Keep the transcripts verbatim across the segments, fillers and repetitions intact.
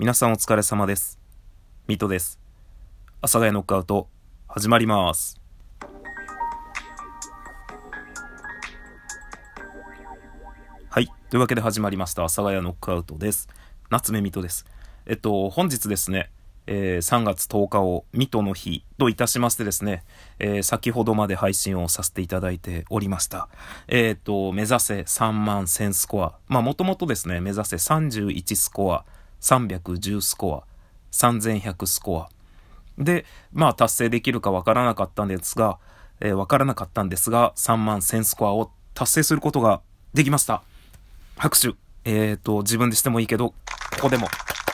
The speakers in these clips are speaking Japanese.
皆さんお疲れ様です。ミトです。阿佐ヶ谷ノックアウト始まります。はい、というわけで始まりました阿佐ヶ谷ノックアウトです。夏目ミトです。えっと本日ですね、えー、さんがつとおかをミトの日といたしましてですね、えー、先ほどまで配信をさせていただいておりました。えっと目指せさんまんせんスコア、まあもともとですね、目指せさんじゅういちスコア、さんびゃくじゅうスコア、さんぜんひゃくスコアで、まあ達成できるかわからなかったんですが、えー、わからなかったんですが、さんまんせんスコアを達成することができました。拍手。えっと、自分でしてもいいけど、ここでも。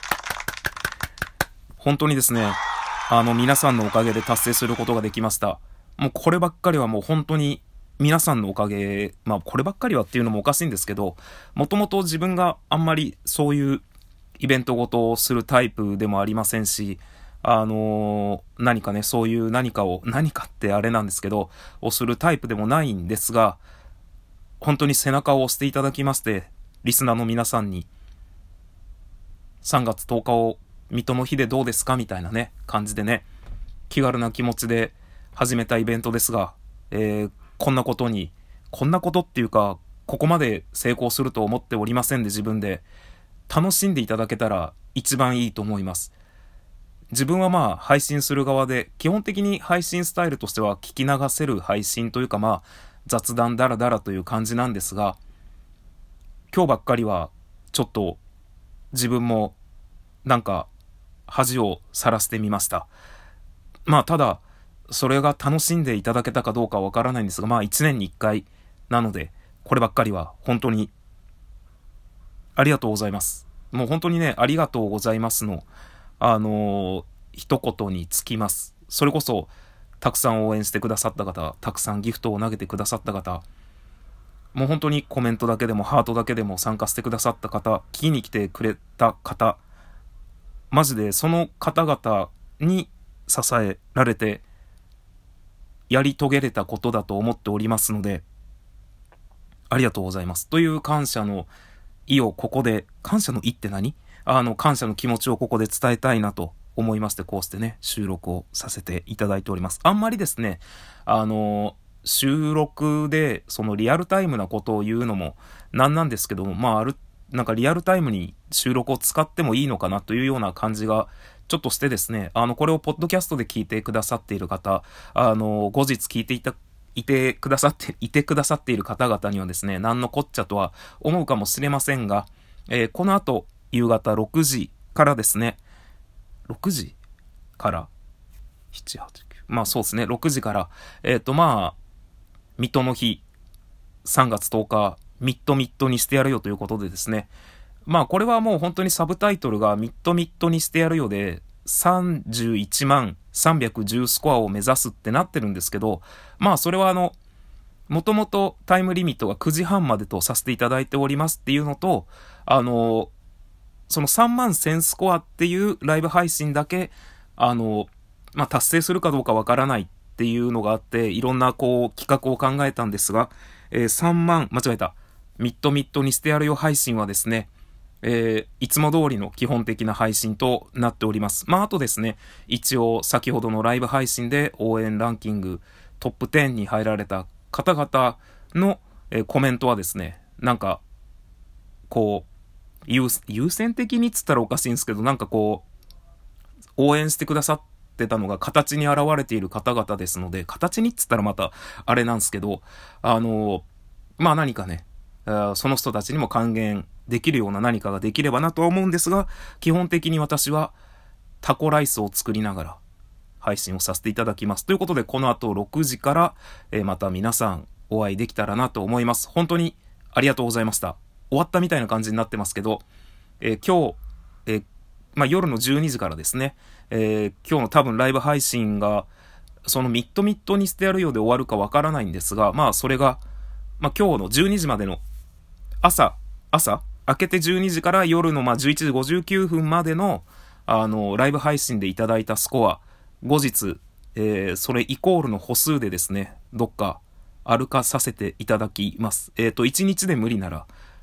本当にですね、あの、皆さんのおかげで達成することができました。もうこればっかりはもう本当に皆さんのおかげ、まあこればっかりはっていうのもおかしいんですけど、もともと自分があんまりそういうイベントごとをするタイプでもありませんし、あのー、何かね、そういう何かを、何かってあれなんですけど、をするタイプでもないんですが、本当に背中を押していただきまして、リスナーの皆さんに、さんがつとおかを水戸の日でどうですかみたいなね、感じでね、気軽な気持ちで始めたイベントですが、えー、こんなことに、こんなことっていうか、ここまで成功すると思っておりませんで、自分で楽しんでいただけたら一番いいと思います。自分はまあ配信する側で、基本的に配信スタイルとしては聞き流せる配信というか、まあ雑談ダラダラという感じなんですが、今日ばっかりはちょっと自分もなんか恥をさらしてみました。まあただそれが楽しんでいただけたかどうかわからないんですが、まあいちねんにいっかいなので、こればっかりは本当にありがとうございます。もう本当にね、ありがとうございますのあのー、一言につきます。それこそたくさん応援してくださった方、たくさんギフトを投げてくださった方、もう本当にコメントだけでもハートだけでも参加してくださった方、聞きに来てくれた方、マジでその方々に支えられてやり遂げれたことだと思っておりますので、ありがとうございますという感謝の意をここで、感謝の意って何？あの感謝の気持ちをここで伝えたいなと思いまして、こうしてね収録をさせていただいております。あんまりですね、あの収録でそのリアルタイムなことを言うのもなんなんですけども、まああるなんかリアルタイムに収録を使ってもいいのかなというような感じがちょっとしてですね、あのこれをポッドキャストで聞いてくださっている方、あの後日聞いていたいてくださっていてくださっている方々にはですね、何のこっちゃとは思うかもしれませんが、えー、この後夕方ろくじからですね、ろくじからしち、はち、きゅう、まあそうですね、ろくじからえっとまあ水戸の日さんがつとおかミッドミッドにしてやるよということでですね、まあこれはもう本当にサブタイトルがミッドミッドにしてやるよでさんじゅういちまんさんびゃくじゅうスコアを目指すってなってるんですけど、まあそれはあのもともとタイムリミットがくじはんまでとさせていただいておりますっていうのと、あのそのさんまんせんスコアっていうライブ配信だけあのまあ達成するかどうかわからないっていうのがあって、いろんなこう企画を考えたんですが、えー、さんまん間違えたミッドミッドにしてやるよ配信はですね、えー、いつも通りの基本的な配信となっております。まああとですね、一応先ほどのライブ配信で応援ランキングトップじゅうに入られた方々の、えー、コメントはですね、なんかこう優, 優先的にっつったらおかしいんですけど、なんかこう応援してくださってたのが形に現れている方々ですので、形にっつったらまたあれなんですけど、あのまあ何かね、その人たちにも還元できるような何かができればなとは思うんですが、基本的に私はタコライスを作りながら配信をさせていただきますということで、この後ろくじから、えー、また皆さんお会いできたらなと思います。本当にありがとうございました。終わったみたいな感じになってますけど、えー、今日、えーまあ、夜のじゅうにじからですね、えー、今日の多分ライブ配信がそのミッドミッドにしてやるようで終わるかわからないんですが、まあそれが、まあ、今日のじゅうにじまでの朝朝明けてじゅうにじから夜のまあじゅういちじごじゅうきゅうふんまでのあのライブ配信でいただいたスコア、後日、えー、それイコールの歩数でですね、どっか歩かさせていただきます。えっといちにちで無理なら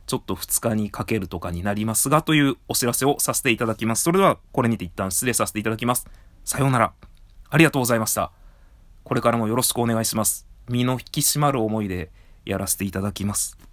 ちょっとふつかにかけるとかになりますが、というお知らせをさせていただきます。それでは、これにて一旦失礼させていただきます。さようなら。ありがとうございました。これからもよろしくお願いします。身の引き締まる思いでやらせていただきます。